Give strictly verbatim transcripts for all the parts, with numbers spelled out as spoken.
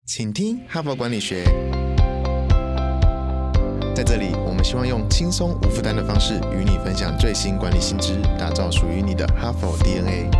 请听哈佛管理学。在这里，我们希望用轻松无负担的方式与你分享最新管理新知，打造属于你的哈佛 D N A。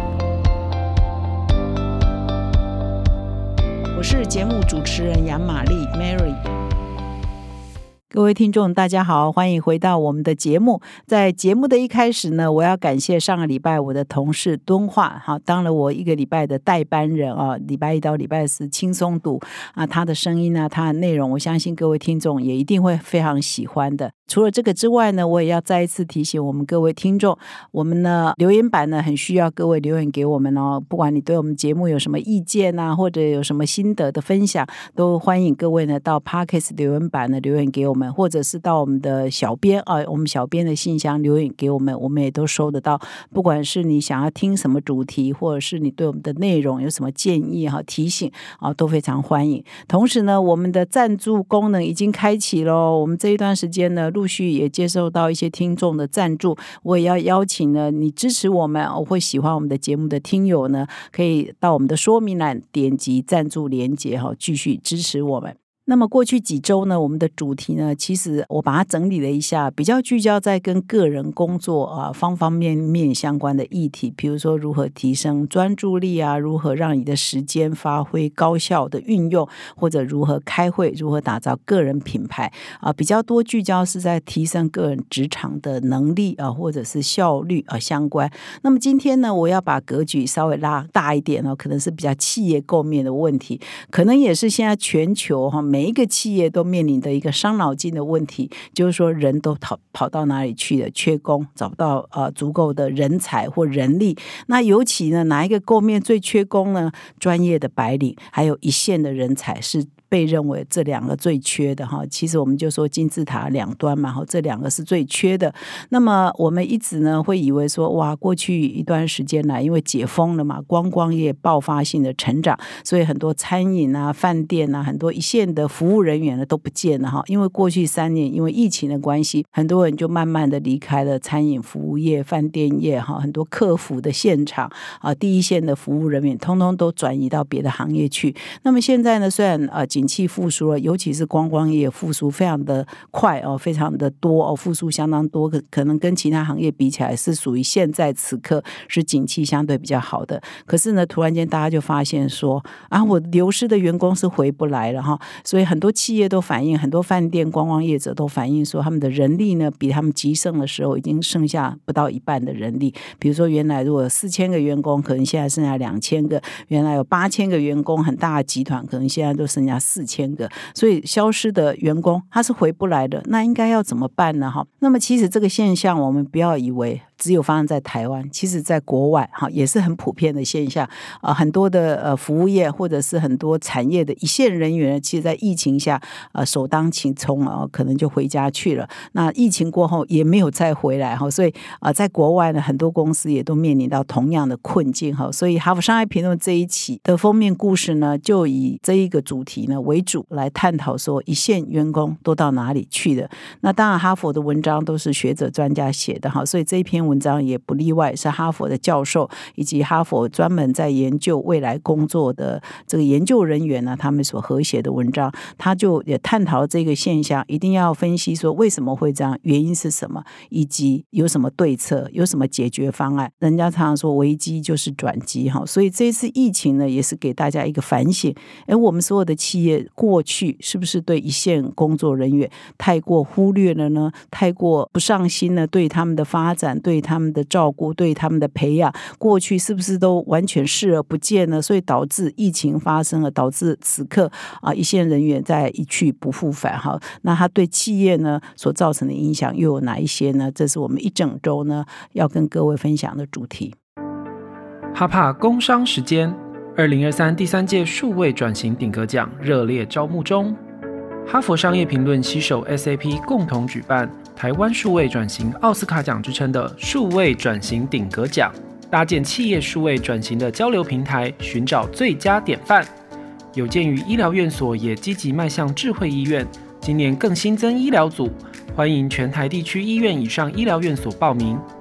我是节目主持人杨玛丽 Mary。各位听众大家好，欢迎回到我们的节目。在节目的一开始呢，我要感谢上个礼拜我的同事敦化好当了我一个礼拜的代班人啊，礼拜一到礼拜四轻松读啊，他的声音啊，他的内容，我相信各位听众也一定会非常喜欢的。除了这个之外呢，我也要再一次提醒我们各位听众，我们呢留言板呢很需要各位留言给我们哦，不管你对我们节目有什么意见啊，或者有什么心得的分享，都欢迎各位呢到 Podcast 留言板呢留言给我们，或者是到我们的小编啊，我们小编的信箱留言给我们，我们也都收得到。不管是你想要听什么主题，或者是你对我们的内容有什么建议哈、提醒啊，都非常欢迎。同时呢，我们的赞助功能已经开启咯，我们这一段时间呢，陆续也接受到一些听众的赞助，我也要邀请呢你支持我们，我会喜欢我们的节目的听友呢，可以到我们的说明栏点击赞助连结哈，继续支持我们。那么过去几周呢，我们的主题呢，其实我把它整理了一下，比较聚焦在跟个人工作啊方方面面相关的议题，比如说如何提升专注力啊，如何让你的时间发挥高效的运用，或者如何开会，如何打造个人品牌啊，比较多聚焦是在提升个人职场的能力啊，或者是效率啊相关。那么今天呢，我要把格局稍微拉大一点哦，可能是比较企业构面的问题，可能也是现在全球哈、每一个企业都面临的一个伤脑筋的问题，就是说人都跑跑到哪里去了，缺工，找不到呃足够的人才或人力。那尤其呢，哪一个构面最缺工呢？专业的白领，还有一线的人才是被认为这两个最缺的哈。其实我们就说金字塔两端嘛，这两个是最缺的。那么我们一直呢会以为说，哇，过去一段时间来，因为解封了嘛，观光业爆发性的成长，所以很多餐饮啊、饭店啊，很多一线的服务人员呢都不见了哈。因为过去三年因为疫情的关系，很多人就慢慢的离开了餐饮服务业、饭店业哈，很多客服的现场啊，第一线的服务人员通通都转移到别的行业去。那么现在呢，虽然呃景气复苏了，尤其是观光业复苏非常的快哦，非常的多哦，复苏相当多，可可能跟其他行业比起来是属于现在此刻是景气相对比较好的。可是呢，突然间大家就发现说啊，我流失的员工是回不来了哈，所以很多企业都反映，很多饭店观光业者都反映说，他们的人力呢比他们急盛的时候已经剩下不到一半的人力。比如说原来如果有四千个员工，可能现在剩下两千个；原来有八千个员工，很大的集团可能现在都剩下四千个。所以消失的员工他是回不来的，那应该要怎么办呢？那么其实这个现象我们不要以为只有发生在台湾，其实在国外也是很普遍的现象、呃、很多的呃服务业或者是很多产业的一线人员，其实在疫情下呃首当其冲、呃、可能就回家去了。那疫情过后也没有再回来，所以、呃、在国外呢，很多公司也都面临到同样的困境。所以哈佛商业评论这一期的封面故事呢，就以这一个主题呢为主来探讨说一线员工都到哪里去了。那当然哈佛的文章都是学者专家写的，所以这一篇文章也不例外，是哈佛的教授以及哈佛专门在研究未来工作的这个研究人员呢，他们所合写的文章，他就也探讨这个现象，一定要分析说为什么会这样，原因是什么，以及有什么对策，有什么解决方案。人家常常说危机就是转机，所以这次疫情呢，也是给大家一个反省，诶，我们所有的企业过去是不是对一线工作人员太过忽略了呢？太过不上心呢？对他们的发展，对他们的照顾，对他们的培养，过去是不是都完全视而不见呢？所以导致疫情发生了，导致此刻啊一线人员在一去不复返哈。那它对企业呢所造成的影响又有哪一些呢？这是我们一整周呢要跟各位分享的主题。 哈帕工商时间，二零二三第三届数位转型顶格奖热烈招募中。哈佛商业评论携手 S A P 共同举办台湾数位转型奥斯卡奖之称的数位转型顶格奖，搭建企业数位转型的交流平台，寻找最佳典范。有鉴于医疗院所也积极迈向智慧医院，今年更新增医疗组，欢迎全台地区医院以上医疗院所报名。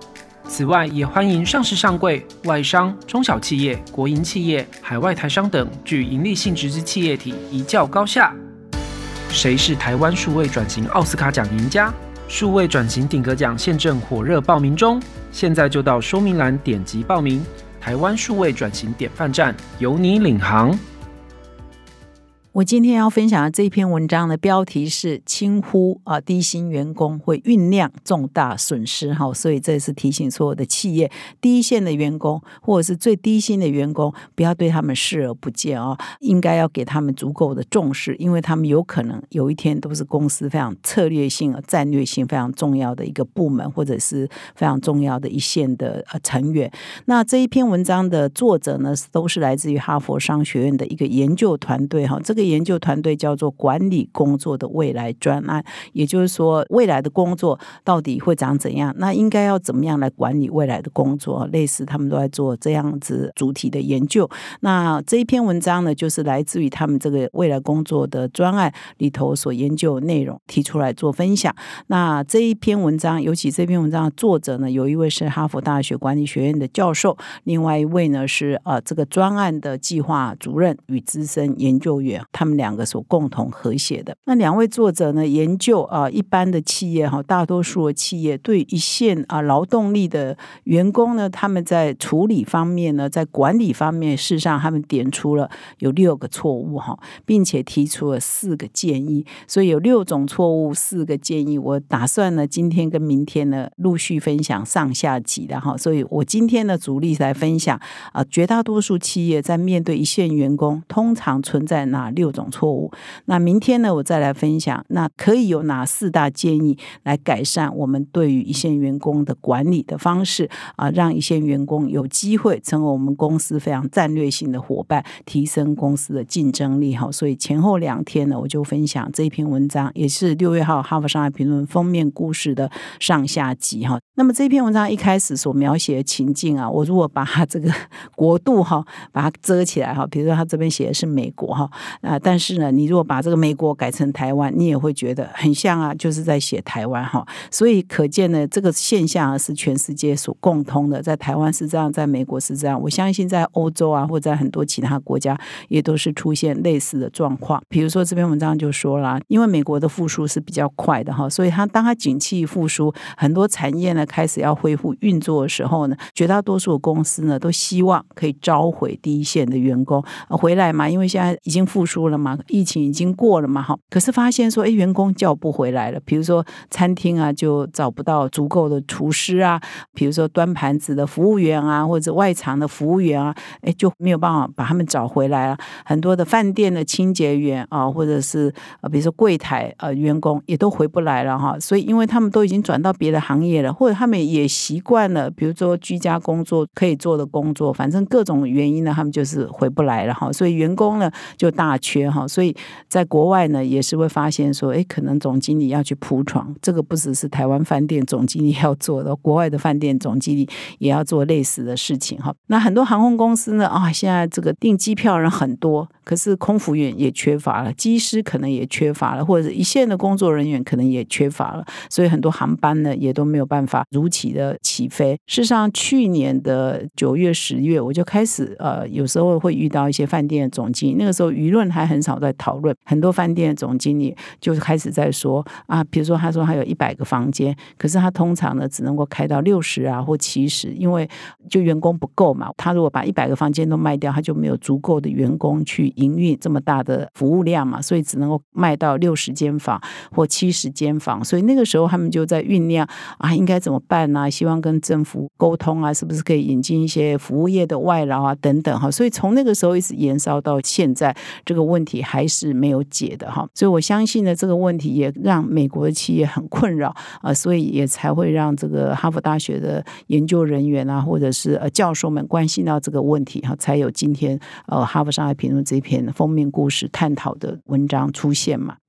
此外，也欢迎上市上柜、外商、中小企业、国营企业、海外台商等具营利性质之企业体一较高下。谁是台湾数位转型奥斯卡奖赢家？数位转型顶格奖现正火热报名中，现在就到说明栏点击报名。台湾数位转型典范站，由你领航。 我今天要分享的这篇文章的标题是轻忽、啊、低薪员工会酝酿重大损失，所以这是提醒所有的企业第一线的员工或者是最低薪的员工不要对他们视而不见、哦、应该要给他们足够的重视，因为他们有可能有一天都是公司非常策略性战略性非常重要的一个部门，或者是非常重要的一线的成员。那这一篇文章的作者呢，都是来自于哈佛商学院的一个研究团队，这个研究团队叫做管理工作的未来专案，也就是说未来的工作到底会长怎样，那应该要怎么样来管理未来的工作，类似他们都在做这样子主题的研究。那这一篇文章呢，就是来自于他们这个未来工作的专案里头所研究的内容提出来做分享。那这一篇文章，尤其这篇文章的作者呢，有一位是哈佛大学管理学院的教授，另外一位呢是、呃、这个专案的计划主任与资深研究员，他们两个所共同合写的。那两位作者呢，研究、呃、一般的企业，大多数的企业对一线、呃、劳动力的员工呢，他们在处理方面呢，在管理方面，事实上他们点出了有六个错误，并且提出了四个建议。所以有六种错误，四个建议。我打算呢，今天跟明天呢陆续分享上下集的，所以我今天呢主力来分享、呃、绝大多数企业在面对一线员工通常存在哪六种错误。那明天呢，我再来分享那可以有哪四大建议来改善我们对于一线员工的管理的方式、呃、让一线员工有机会成为我们公司非常战略性的伙伴，提升公司的竞争力。所以前后两天呢，我就分享这一篇文章，也是六月号哈佛商业评论封面故事的上下集。那么这篇文章一开始所描写的情境啊，我如果把它这个国度哈把它遮起来哈，比如说他这边写的是美国哈、呃，但是呢，你如果把这个美国改成台湾，你也会觉得很像啊，就是在写台湾哈。所以可见呢，这个现象、啊、是全世界所共通的，在台湾是这样，在美国是这样，我相信在欧洲啊，或者在很多其他国家也都是出现类似的状况。比如说这篇文章就说了，因为美国的复苏是比较快的哈，所以它当它景气复苏，很多产业呢开始要恢复运作的时候呢，绝大多数的公司呢都希望可以召回第一线的员工、呃、回来嘛，因为现在已经复苏了嘛，疫情已经过了嘛哈。可是发现说，哎，员工叫不回来了，比如说餐厅啊就找不到足够的厨师啊，比如说端盘子的服务员啊，或者外场的服务员啊，哎，就没有办法把他们找回来了。很多的饭店的清洁员啊，或者是、呃、比如说柜台呃员工也都回不来了哈。所以因为他们都已经转到别的行业了，或者他们也习惯了，比如说居家工作可以做的工作，反正各种原因呢，他们就是回不来了哈。所以员工呢就大缺哈。所以在国外呢也是会发现说，哎，可能总经理要去铺床，这个不只是台湾饭店总经理要做的，国外的饭店总经理也要做类似的事情哈。那很多航空公司呢啊，现在这个订机票人很多，可是空服员也缺乏了，机师可能也缺乏了，或者一线的工作人员可能也缺乏了，所以很多航班呢也都没有办法如期的起飞。事实上去年的九月十月我就开始呃，有时候会遇到一些饭店的总经理，那个时候舆论还很少在讨论，很多饭店的总经理就开始在说啊，比如说他说他有一百个房间，可是他通常呢只能够开到六十啊或七十，因为就员工不够嘛，他如果把一百个房间都卖掉，他就没有足够的员工去营运这么大的服务量嘛，所以只能够卖到六十间房或七十间房。所以那个时候他们就在酝酿啊，应该怎么办啊，希望跟政府沟通啊，是不是可以引进一些服务业的外劳啊等等哈。所以从那个时候一直延烧到现在，这个问题还是没有解的哈。所以我相信呢，这个问题也让美国的企业很困扰啊，所以也才会让这个哈佛大学的研究人员啊，或者是呃教授们关心到这个问题哈，才有今天呃哈佛商业评论这篇封面故事探讨的文章出现嘛。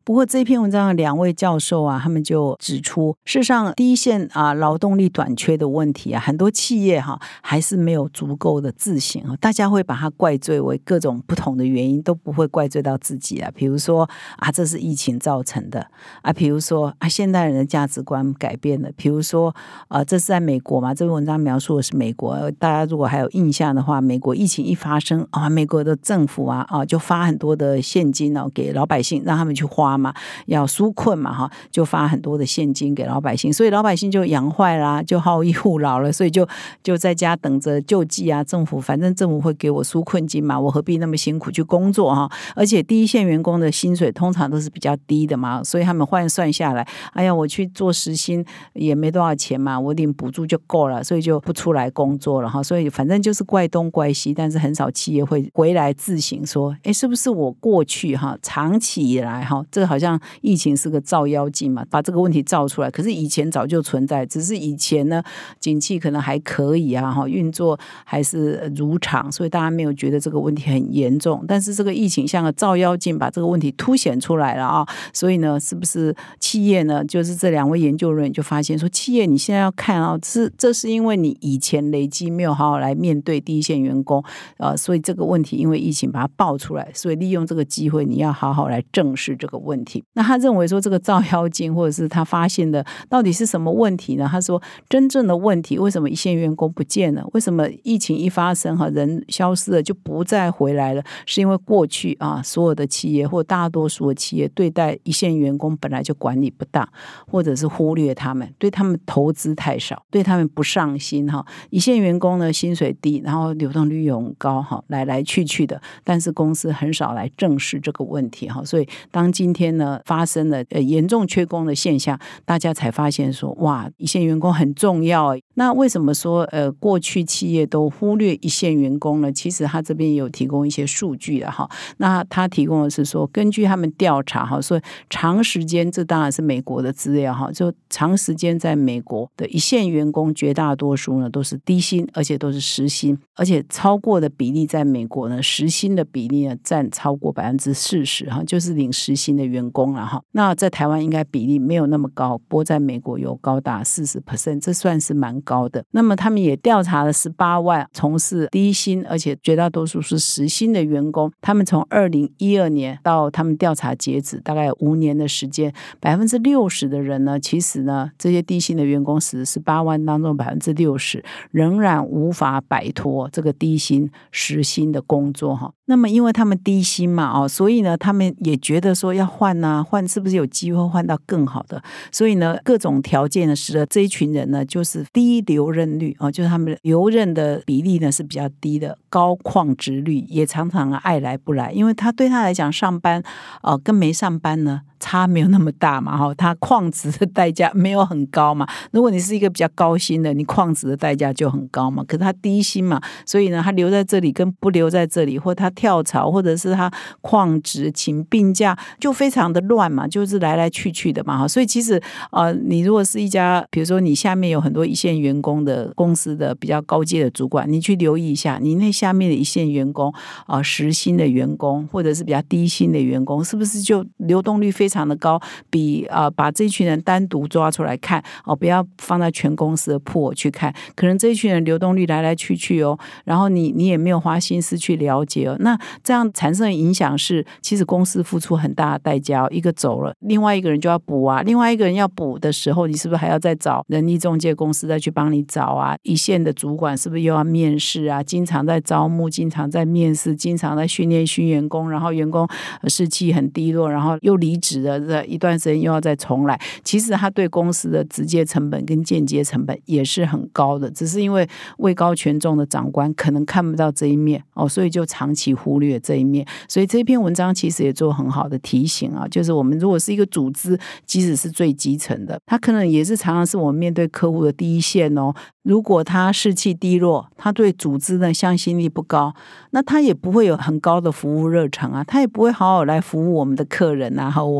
不过这篇文章的两位教授啊，他们就指出，事实上第一线啊劳动力短缺的问题啊，很多企业哈、啊、还是没有足够的自省啊，大家会把它怪罪为各种不同的原因，都不会怪罪到自己啊。比如说啊，这是疫情造成的啊，比如说啊，现代人的价值观改变了，比如说啊，这是在美国嘛，这篇文章描述的是美国，大家如果还有印象的话，美国疫情一发生啊，美国的政府啊啊就发很多的现金哦给老百姓，让他们去花嘛，要纾困嘛哈，就发很多的现金给老百姓，所以老百姓就养坏啦，就好逸恶劳了，所以就就在家等着救济啊，政府反正政府会给我纾困金嘛，我何必那么辛苦去工作哈？而且第一线员工的薪水通常都是比较低的嘛，所以他们换算下来，哎呀，我去做时薪也没多少钱嘛，我领补助就够了，所以就不出来工作了哈。所以反正就是怪东怪西，但是很少企业会回来自省说，哎，是不是我过去哈长期以来哈，这个好像疫情是个照妖镜嘛，把这个问题照出来。可是以前早就存在，只是以前呢，景气可能还可以啊，哈，运作还是如常，所以大家没有觉得这个问题很严重。但是这个疫情像个照妖镜，把这个问题凸显出来了啊。所以呢，是不是企业呢？就是这两位研究人员就发现说，企业你现在要看啊，是这是因为你以前累积没有好好来面对第一线员工，呃，所以这个问题因为疫情把它爆出来，所以利用这个机会，你要好好来正视这个问题。那他认为说，这个照妖镜或者是他发现的到底是什么问题呢？他说，真正的问题为什么一线员工不见了？为什么疫情一发生哈，人消失了就不再回来了？是因为过去啊，所有的企业或大多数的企业对待一线员工本来就管理不当，或者是忽略他们，对他们投资太少，对他们不上心哈。一线员工呢薪水低，然后流动率又很高哈，来来去去的，但是公司很少来正视这个问题哈。所以当今天呢发生了呃严重缺工的现象，大家才发现说，哇，一线员工很重要。那为什么说呃过去企业都忽略一线员工呢？其实他这边也有提供一些数据的哈。那他提供的是说，根据他们调查哈，所以长时间，这当然是美国的资料哈，就长时间在美国的一线员工绝大多数呢都是低薪，而且都是时薪，而且超过的比例在美国呢，时薪的比例呢占超过百分之四十哈，就是领时薪的员工了哈。那在台湾应该比例没有那么高，不过在美国有高达 百分之四十， 这算是蛮高的。那么他们也调查了十八万从事低薪而且绝大多数是时薪的员工，他们从二零一二年到他们调查截止大概有五年的时间， 百分之六十 的人呢，其实呢这些低薪的员工十十八万当中 百分之六十 仍然无法摆脱这个低薪时薪的工作哈。那么因为他们低薪嘛哦，所以呢他们也觉得说要换啊，换是不是有机会换到更好的，所以呢各种条件呢使得这一群人呢就是低留任率哦，就是他们留任的比例呢是比较低的，高旷职率，也常常爱来不来，因为他对他来讲上班呃跟没上班呢差没有那么大嘛哈，他旷职的代价没有很高嘛。如果你是一个比较高薪的，你旷职的代价就很高嘛。可是他低薪嘛，所以呢，他留在这里跟不留在这里，或他跳槽，或者是他旷职请病假，就非常的乱嘛，就是来来去去的嘛哈。所以其实呃，你如果是一家，比如说你下面有很多一线员工的公司的比较高阶的主管，你去留意一下，你那下面的一线员工啊、呃，时薪的员工，或者是比较低薪的员工，是不是就流动率非常非常的高，比呃把这一群人单独抓出来看哦，不要放在全公司的pool去看，可能这一群人流动率来来去去哦，然后你你也没有花心思去了解哦，那这样产生的影响是，其实公司付出很大的代价哦，一个走了，另外一个人就要补啊，另外一个人要补的时候，你是不是还要再找人力中介公司再去帮你找啊？一线的主管是不是又要面试啊？经常在招募，经常在面试，经常在训练新员工，然后员工士气很低落，然后又离职。一段时间又要再重来，其实他对公司的直接成本跟间接成本也是很高的，只是因为位高权重的长官可能看不到这一面哦，所以就长期忽略这一面。所以这篇文章其实也做很好的提醒啊，就是我们如果是一个组织，即使是最基层的，他可能也是常常是我们面对客户的第一线哦。如果他士气低落，他对组织的向心力不高，那他也不会有很高的服务热忱啊，他也不会好好来服务我们的客人啊，我们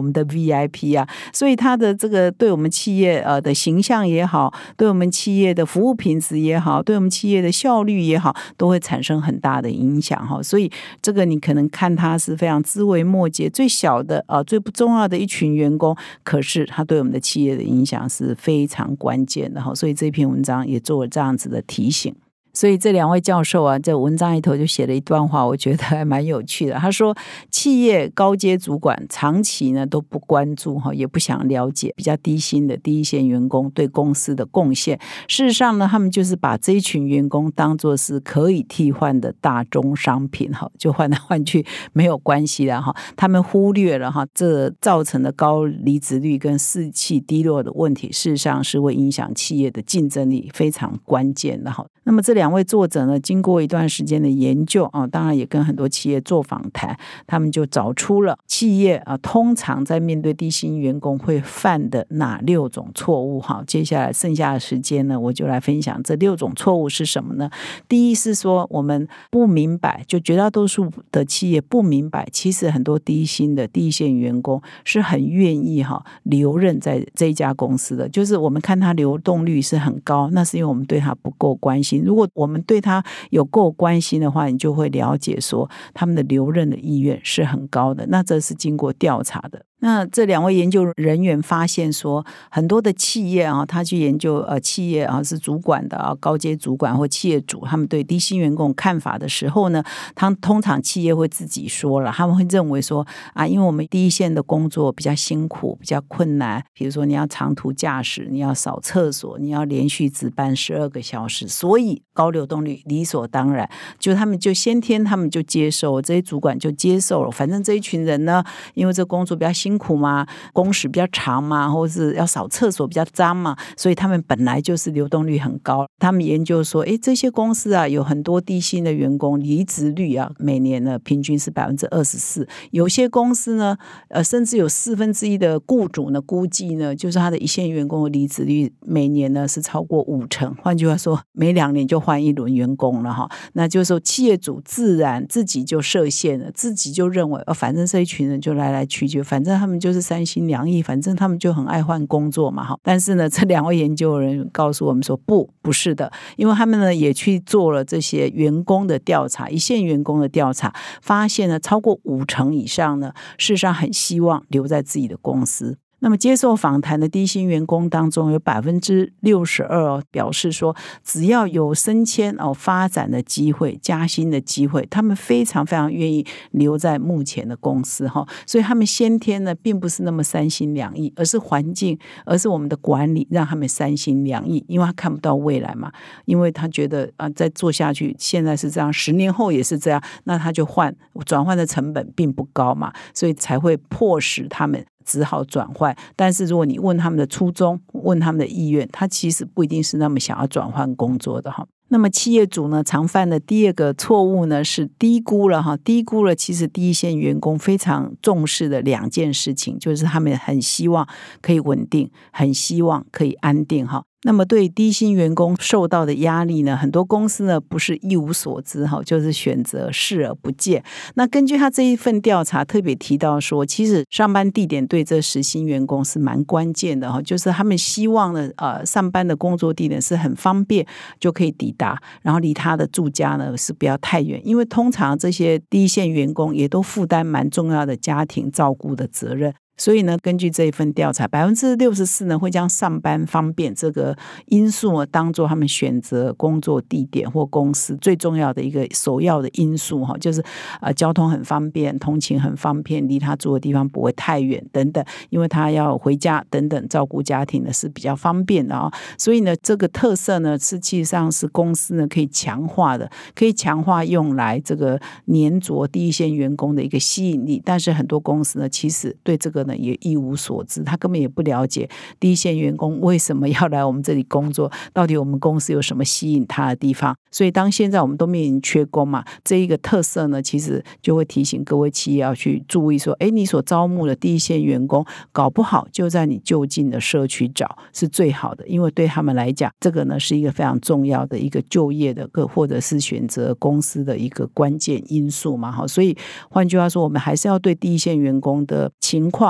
们的 V I P 啊，所以他的这个对我们企业呃的形象也好，对我们企业的服务品质也好，对我们企业的效率也好，都会产生很大的影响哈。所以这个你可能看他是非常枝微末节、最小的啊、呃、最不重要的一群员工，可是他对我们的企业的影响是非常关键的哈。所以这篇文章也做了这样子的提醒。所以这两位教授啊，这文章里头就写了一段话，我觉得还蛮有趣的。他说，企业高阶主管长期呢都不关注也不想了解比较低薪的第一线员工对公司的贡献。事实上呢，他们就是把这一群员工当作是可以替换的大宗商品，就换来换去没有关系了。他们忽略了这造成的高离职率跟士气低落的问题，事实上是会影响企业的竞争力，非常关键的。那么这两位作者呢，经过一段时间的研究啊，当然也跟很多企业做访谈，他们就找出了企业啊通常在面对低薪员工会犯的哪六种错误。好，接下来剩下的时间呢，我就来分享这六种错误是什么呢？第一是说我们不明白，就绝大多数的企业不明白，其实很多低薪的第一线员工是很愿意哈留任在这一家公司的，就是我们看他流动率是很高，那是因为我们对他不够关心。如果我们对他有够关心的话，你就会了解说他们的留任的意愿是很高的，那这是经过调查的。那这两位研究人员发现说，很多的企业啊，他去研究呃企业啊是主管的啊高阶主管或企业主，他们对低薪员工看法的时候呢，他通常企业会自己说了，他们会认为说啊，因为我们第一线的工作比较辛苦，比较困难，比如说你要长途驾驶，你要扫厕所，你要连续值班十二个小时，所以高流动率理所当然，就他们就先天他们就接受，这些主管就接受了，反正这一群人呢，因为这工作比较辛苦辛苦嘛，工时比较长嘛，或是要扫厕所比较脏嘛，所以他们本来就是流动率很高。他们研究说，诶，这些公司啊，有很多低薪的员工，离职率啊，每年呢平均是百分之二十四。有些公司呢，呃，甚至有四分之一的雇主呢，估计呢，就是他的一线员工的离职率每年呢是超过五成。换句话说，每两年就换一轮员工了哈。那就是说，企业主自然自己就设限了，自己就认为，哦，反正这一群人就来来去去，反正他们就是三心两意，反正他们就很爱换工作嘛哈。但是呢，这两位研究人员告诉我们说，不，不是的，因为他们呢也去做了这些员工的调查，一线员工的调查，发现呢，超过五成以上呢，事实上很希望留在自己的公司。那么接受访谈的低薪员工当中，有百分之六十二表示说，只要有升迁哦、发展的机会、加薪的机会，他们非常非常愿意留在目前的公司哈。所以他们先天呢，并不是那么三心两意，而是环境，而是我们的管理让他们三心两意，因为他看不到未来嘛，因为他觉得啊，再做下去，现在是这样，十年后也是这样，那他就换，转换的成本并不高嘛，所以才会迫使他们只好转换。但是如果你问他们的初衷，问他们的意愿，他其实不一定是那么想要转换工作的哈。那么企业主呢，常犯的第二个错误呢，是低估了哈，低估了其实第一线员工非常重视的两件事情，就是他们很希望可以稳定，很希望可以安定哈。那么对低薪员工受到的压力呢，很多公司呢不是一无所知，就是选择视而不见。那根据他这一份调查特别提到说，其实上班地点对这时薪员工是蛮关键的，就是他们希望呢呃上班的工作地点是很方便就可以抵达，然后离他的住家呢是不要太远，因为通常这些第一线员工也都负担蛮重要的家庭照顾的责任。所以呢，根据这一份调查，百分之六十四呢会将上班方便这个因素当作他们选择工作地点或公司最重要的一个首要的因素哈，就是呃交通很方便，通勤很方便，离他住的地方不会太远等等，因为他要回家等等照顾家庭呢是比较方便的啊。所以呢，这个特色呢实际上是公司呢可以强化的，可以强化用来这个黏着第一线员工的一个吸引力。但是很多公司呢，其实对这个也一无所知，他根本也不了解第一线员工为什么要来我们这里工作，到底我们公司有什么吸引他的地方。所以当现在我们都面临缺工嘛，这一个特色呢，其实就会提醒各位企业要去注意说，诶，你所招募的第一线员工搞不好就在你就近的社区找是最好的，因为对他们来讲，这个呢是一个非常重要的一个就业的或者是选择公司的一个关键因素嘛。所以换句话说，我们还是要对第一线员工的情况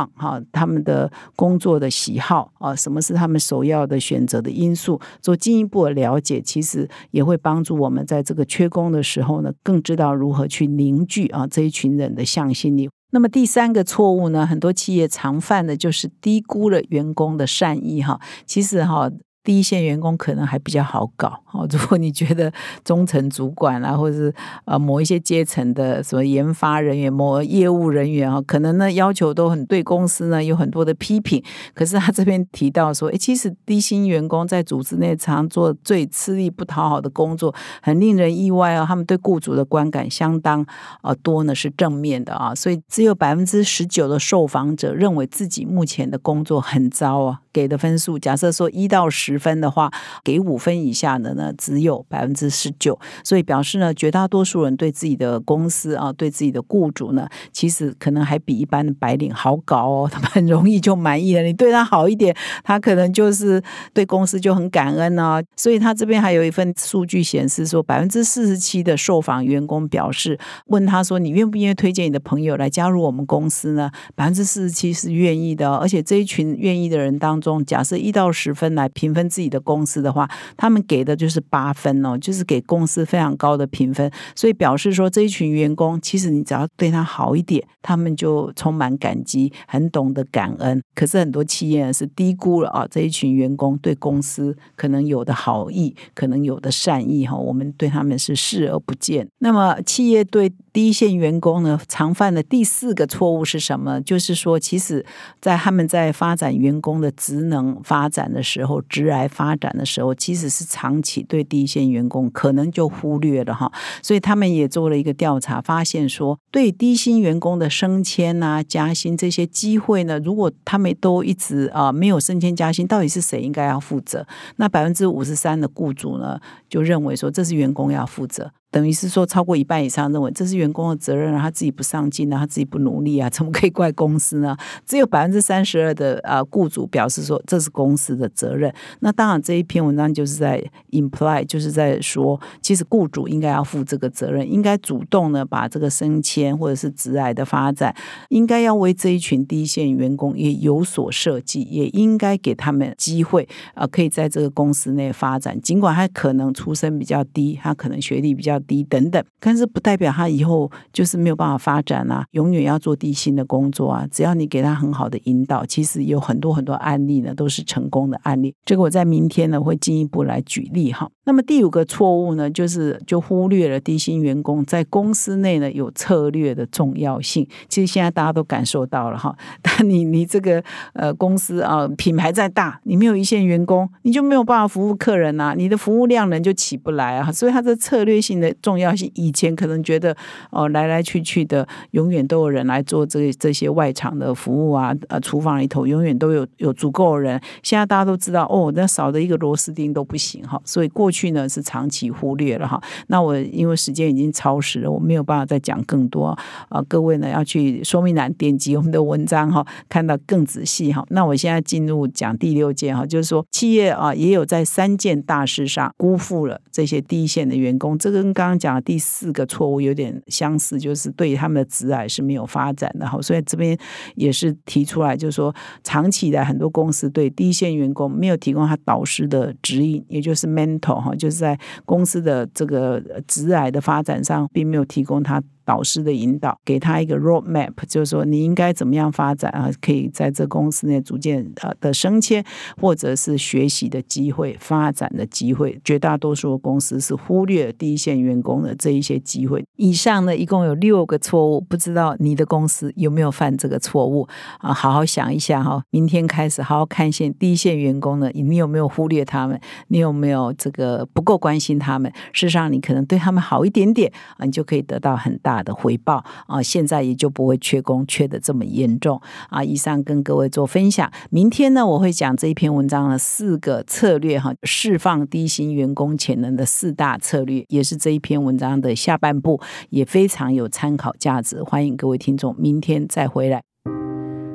望哈，他们的工作的喜好啊，什么是他们首要的选择的因素，做进一步的了解，其实也会帮助我们在这个缺工的时候呢，更知道如何去凝聚啊这一群人的向心力。那么第三个错误呢，很多企业常犯的就是低估了员工的善意哈。其实哈，第一线员工可能还比较好搞，如果你觉得中层主管啊，或者是呃某一些阶层的什么研发人员、某业务人员啊，可能呢要求都很对公司呢有很多的批评。可是他这边提到说，诶，其实低薪员工在组织内常做最吃力不讨好的工作，很令人意外啊。他们对雇主的观感相当呃多呢是正面的啊，所以只有百分之十九的受访者认为自己目前的工作很糟啊，给的分数假设说一到十分的话，给五分以下的呢只有百分之十九，所以表示呢，绝大多数人对自己的公司啊，对自己的雇主呢，其实可能还比一般的白领好搞哦，他们很容易就满意了。你对他好一点，他可能就是对公司就很感恩啊。所以他这边还有一份数据显示说，百分之四十七的受访员工表示，问他说你愿不愿意推荐你的朋友来加入我们公司呢？百分之四十七是愿意的哦，而且这一群愿意的人当中，假设一到十分来评分自己的公司的话，他们给的就是八分哦，就是给公司非常高的评分。所以表示说，这一群员工其实你只要对他好一点，他们就充满感激，很懂得感恩。可是很多企业是低估了啊这一群员工对公司可能有的好意，可能有的善意哈，我们对他们是视而不见。那么企业对第一线员工呢常犯的第四个错误是什么？就是说，其实在他们在发展员工的职能发展的时候，职涯发展的时候，其实是长期对第一线员工可能就忽略了哈。所以他们也做了一个调查，发现说，对低薪员工的升迁啊、加薪这些机会呢，如果他们都一直啊、呃、没有升迁加薪，到底是谁应该要负责？那百分之五十三的雇主呢，就认为说这是员工要负责。等于是说超过一半以上认为这是员工的责任啊，他自己不上进啊，他自己不努力啊，怎么可以怪公司呢？只有百分之三十二的呃雇主表示说这是公司的责任。那当然这一篇文章就是在 imply， 就是在说，其实雇主应该要负这个责任，应该主动的把这个升迁或者是职涯的发展，应该要为这一群第一线员工也有所设计，也应该给他们机会呃可以在这个公司内发展。尽管他可能出身比较低，他可能学历比较低等等，但是不代表他以后就是没有办法发展啊，永远要做低薪的工作啊。只要你给他很好的引导，其实有很多很多案例呢，都是成功的案例。这个我在明天呢会进一步来举例哈。那么第五个错误呢，就是就忽略了低薪员工在公司内呢有策略的重要性。其实现在大家都感受到了哈，但你你这个呃公司啊品牌再大，你没有一线员工，你就没有办法服务客人啊，你的服务量能就起不来啊。所以它的策略性的重要性，以前可能觉得哦、呃、来来去去的永远都有人来做这这些外场的服务啊，呃厨房里头永远都有有足够的人。现在大家都知道哦，那少的一个螺丝钉都不行哈。所以过去呢是长期忽略了哈。那我因为时间已经超时了，我没有办法再讲更多啊、呃。各位呢要去说明栏点击我们的文章哈，看到更仔细哈。那我现在进入讲第六件哈，就是说企业啊也有在三件大事上辜负了这些第一线的员工。这跟刚刚讲的第四个错误有点相似，就是对他们的职涯是没有发展的哈。所以这边也是提出来，就是说长期的很多公司对第一线员工没有提供他导师的指引，也就是 mentor 哈，就是在公司的这个职涯的发展上，并没有提供他导师的引导，给他一个 roadmap， 就是说你应该怎么样发展啊，可以在这公司内逐渐的升迁，或者是学习的机会、发展的机会。绝大多数的公司是忽略了第一线员工的这一些机会。以上呢，一共有六个错误，不知道你的公司有没有犯这个错误啊？好好想一下哈，明天开始好好看一下第一线员工呢，你有没有忽略他们？你有没有这个不够关心他们？事实上，你可能对他们好一点点啊，你就可以得到很大的回报啊，现在也就不会缺工缺的这么严重啊。以上跟各位做分享，明天呢我会讲这一篇文章的四个策略哈，释放低薪员工潜能的四大策略，也是这一篇文章的下半部，也非常有参考价值。欢迎各位听众明天再回来。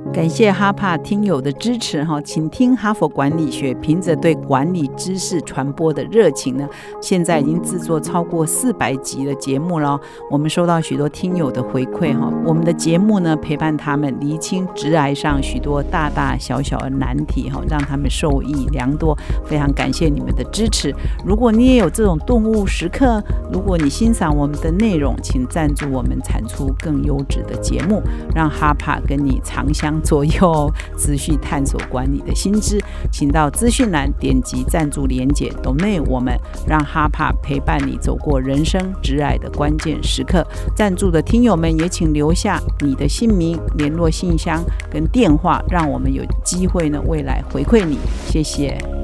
感谢哈帕听友的支持哈，请听哈佛管理学，凭着对管理知识传播的热情呢，现在已经制作超过四百集的节目了。我们收到许多听友的回馈哈，我们的节目呢陪伴他们厘清职涯上许多大大小小的难题哈，让他们受益良多。非常感谢你们的支持。如果你也有这种顿悟时刻，如果你欣赏我们的内容，请赞助我们产出更优质的节目，让哈帕跟你长相左右，持续探索管理的新知。请到资讯栏点击赞助连结 donate 我们，让哈帕陪伴你走过人生职涯的关键时刻。赞助的听友们也请留下你的姓名、联络信箱跟电话，让我们有机会呢未来回馈你。谢谢。